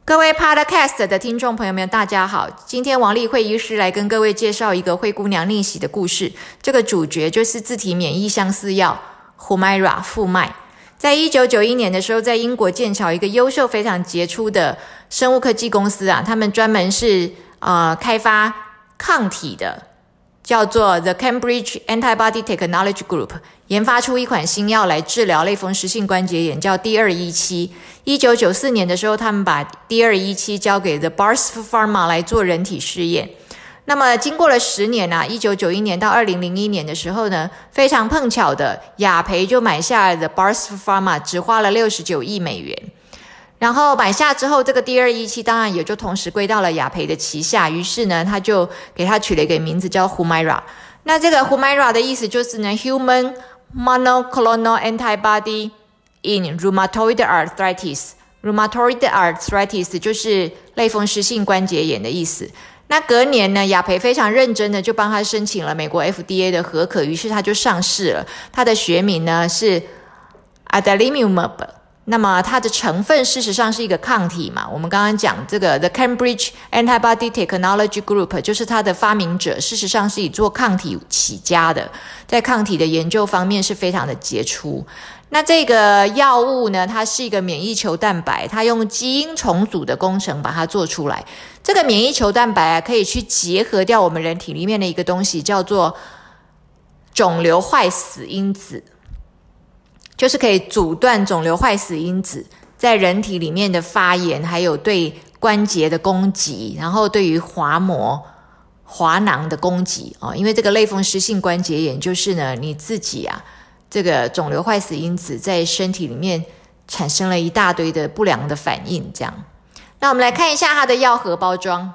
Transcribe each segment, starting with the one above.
各位 Podcast 的听众朋友们，大家好！今天王丽慧医师来跟各位介绍一个灰姑娘逆袭的故事。这个主角就是自体免疫相似药 Humira 复脉。在1991年的时候，在英国剑桥一个优秀非常杰出的生物科技公司啊，他们专门是开发抗体的，叫做 The Cambridge Antibody Technology Group， 研发出一款新药来治疗类风湿性关节炎，叫 D217。1994年的时候，他们把 D217 交给 The BASF Pharma 来做人体试验。那么经过了10年啊，1991年到2001年的时候呢，非常碰巧的，雅培就买下了 The BASF Pharma， 只花了69亿美元。然后买下之后，这个 D217 当然也就同时归到了雅培的旗下，于是呢，他就给他取了一个名字叫 Humira。那这个 Humira 的意思就是呢 Human Monoclonal Antibody in Rheumatoid Arthritis。Rheumatoid Arthritis 就是类风湿性关节炎的意思。那隔年呢，雅培非常认真的就帮他申请了美国 FDA 的核可，于是他就上市了。他的学名呢是 Adalimumab。那么它的成分事实上是一个抗体嘛，我们刚刚讲这个 The Cambridge Antibody Technology Group 就是它的发明者，事实上是以做抗体起家的，在抗体的研究方面是非常的杰出。那这个药物呢，它是一个免疫球蛋白，它用基因重组的工程把它做出来。这个免疫球蛋白啊，可以去结合掉我们人体里面的一个东西，叫做肿瘤坏死因子，就是可以阻断肿瘤坏死因子在人体里面的发炎，还有对关节的攻击，然后对于滑膜、滑囊的攻击因为这个类风湿性关节炎就是呢，你自己啊，这个肿瘤坏死因子在身体里面产生了一大堆的不良的反应，这样。那我们来看一下它的药盒包装。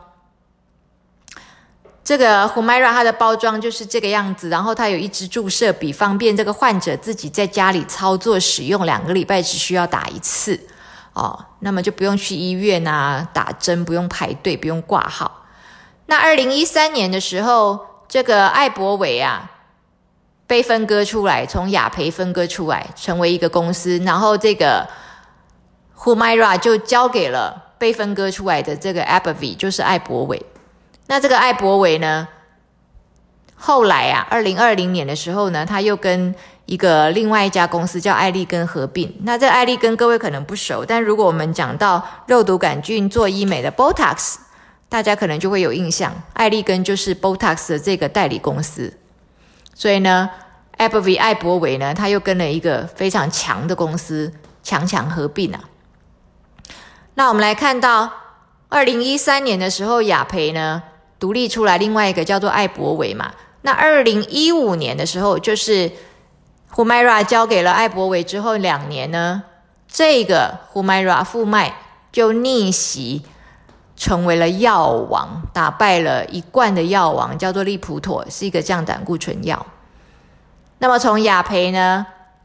这个 Humira 它的包装就是这个样子，然后它有一支注射笔，方便这个患者自己在家里操作使用，2个礼拜只需要打一次那么就不用去医院啊打针，不用排队，不用挂号。那2013年的时候，这个艾伯韦啊被分割出来，从雅培分割出来成为一个公司，然后这个 Humira 就交给了被分割出来的这个 AbbVie， 就是艾伯韦。那这个艾伯韦呢，后来啊2020年的时候呢，他又跟另外一家公司叫艾利根合并。那这艾利根各位可能不熟，但如果我们讲到肉毒杆菌做医美的 Botox， 大家可能就会有印象，艾利根就是 Botox 的这个代理公司。所以呢 AbbVie 艾伯韦呢，他又跟了一个非常强的公司强合并啊。那我们来看到2013年的时候，雅培呢独立出来另外一个叫做艾伯韦嘛。那2015年的时候，就是 Humira 交给了艾伯韦之后2年呢，这个 Humira 复脉就逆袭成为了药王，打败了一贯的药王，叫做利普妥，是一个降胆固醇药。那么从雅培呢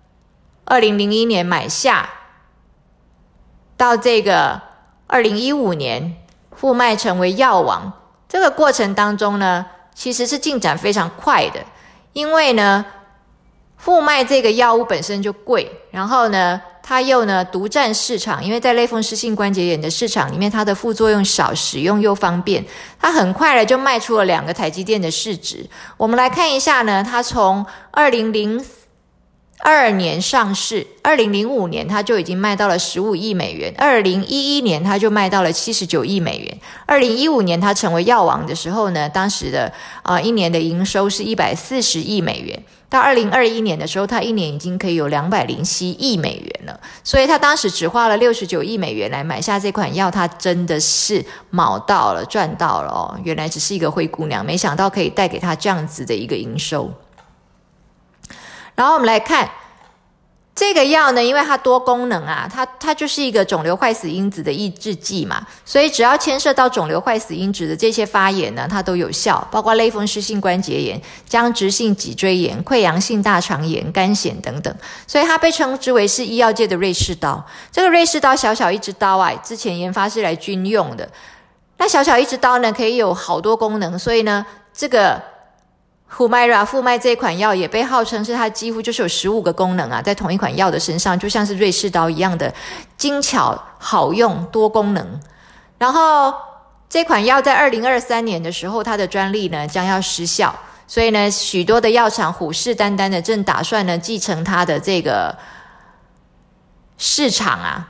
2001年买下，到这个2015年复脉成为药王，这个过程当中呢，其实是进展非常快的。因为呢复脉这个药物本身就贵，然后呢它又呢独占市场，因为在类风湿性关节炎的市场里面，它的副作用少，使用又方便，它很快的就卖出了2个台积电的市值。我们来看一下呢，它从2002年上市，2005年它就已经卖到了15亿美元，2011年它就卖到了79亿美元，2015年它成为药王的时候呢，当时的一年的营收是140亿美元，到2021年的时候，它一年已经可以有207亿美元了。所以它当时只花了69亿美元来买下这款药，它真的是卯到了，赚到了原来只是一个灰姑娘，没想到可以带给它这样子的一个营收。然后我们来看这个药呢，因为它多功能啊，它就是一个肿瘤坏死因子的抑制剂嘛，所以只要牵涉到肿瘤坏死因子的这些发炎呢，它都有效，包括类风湿性关节炎、僵直性脊椎炎、溃疡性大肠炎、肝癣等等，所以它被称之为是医药界的瑞士刀。这个瑞士刀小小一支刀啊，之前研发是来军用的。那小小一支刀呢，可以有好多功能，所以呢，这个Humira 复脉这款药也被号称是它几乎就是有15个功能啊，在同一款药的身上，就像是瑞士刀一样的精巧、好用、多功能。 然后这款药在2023年的时候，它的专利呢将要失效，所以呢，许多的药厂虎视眈眈的正打算呢继承它的这个市场啊，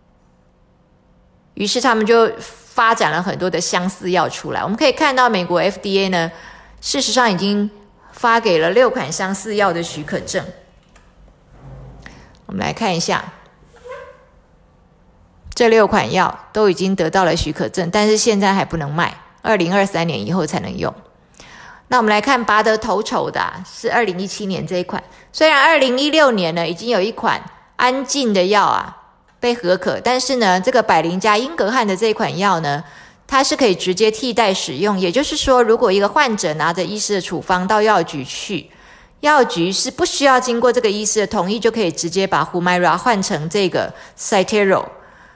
于是他们就发展了很多的相似药出来。我们可以看到美国 FDA 呢，事实上已经发给了6款相似药的许可证。我们来看一下，这6款药都已经得到了许可证，但是现在还不能卖，2023年以后才能用。那我们来看拔得头筹的是2017年这一款，虽然2016年呢已经有一款安静的药被核可，但是呢这个百灵加英格汉的这一款药呢，它是可以直接替代使用，也就是说如果一个患者拿着医师的处方到药局去，药局是不需要经过这个医师的同意就可以直接把 Humira 换成这个 Cytero，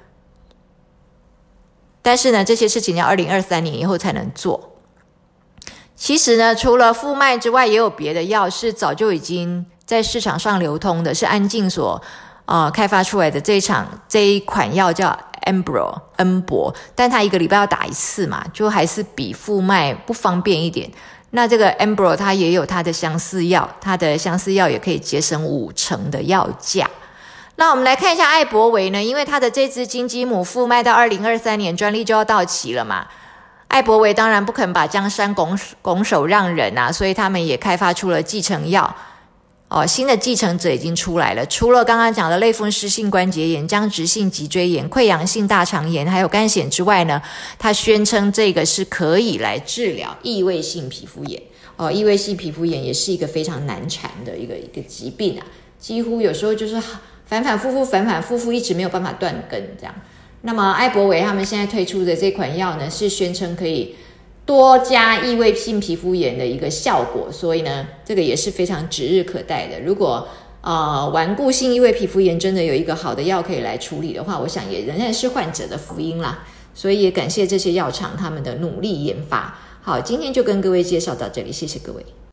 但是呢这些事情要2023年以后才能做。其实呢，除了复卖之外，也有别的药是早就已经在市场上流通的，是安静所开发出来的。这一款药叫 恩博，但它1个礼拜要打1次嘛，就还是比复卖不方便一点。那这个 Enbrel 它也有它的相似药，它的相似药也可以节省50%的药价。那我们来看一下艾博维呢，因为它的这支金鸡母复卖到2023年专利就要到期了嘛。艾博维当然不肯把江山拱手让人所以他们也开发出了继承药。新的继承者已经出来了，除了刚刚讲的类风湿性关节炎、僵直性脊椎炎、溃疡性大肠炎还有肝癣之外呢，他宣称这个是可以来治疗异位性皮肤炎。异位性皮肤炎也是一个非常难缠的一个疾病几乎有时候就是反反复复一直没有办法断根这样。那么艾博维他们现在推出的这款药呢，是宣称可以多加异位性皮肤炎的一个效果，所以呢这个也是非常指日可待的。如果顽固性异位皮肤炎真的有一个好的药可以来处理的话，我想也仍然是患者的福音啦。所以也感谢这些药厂他们的努力研发。好，今天就跟各位介绍到这里，谢谢各位。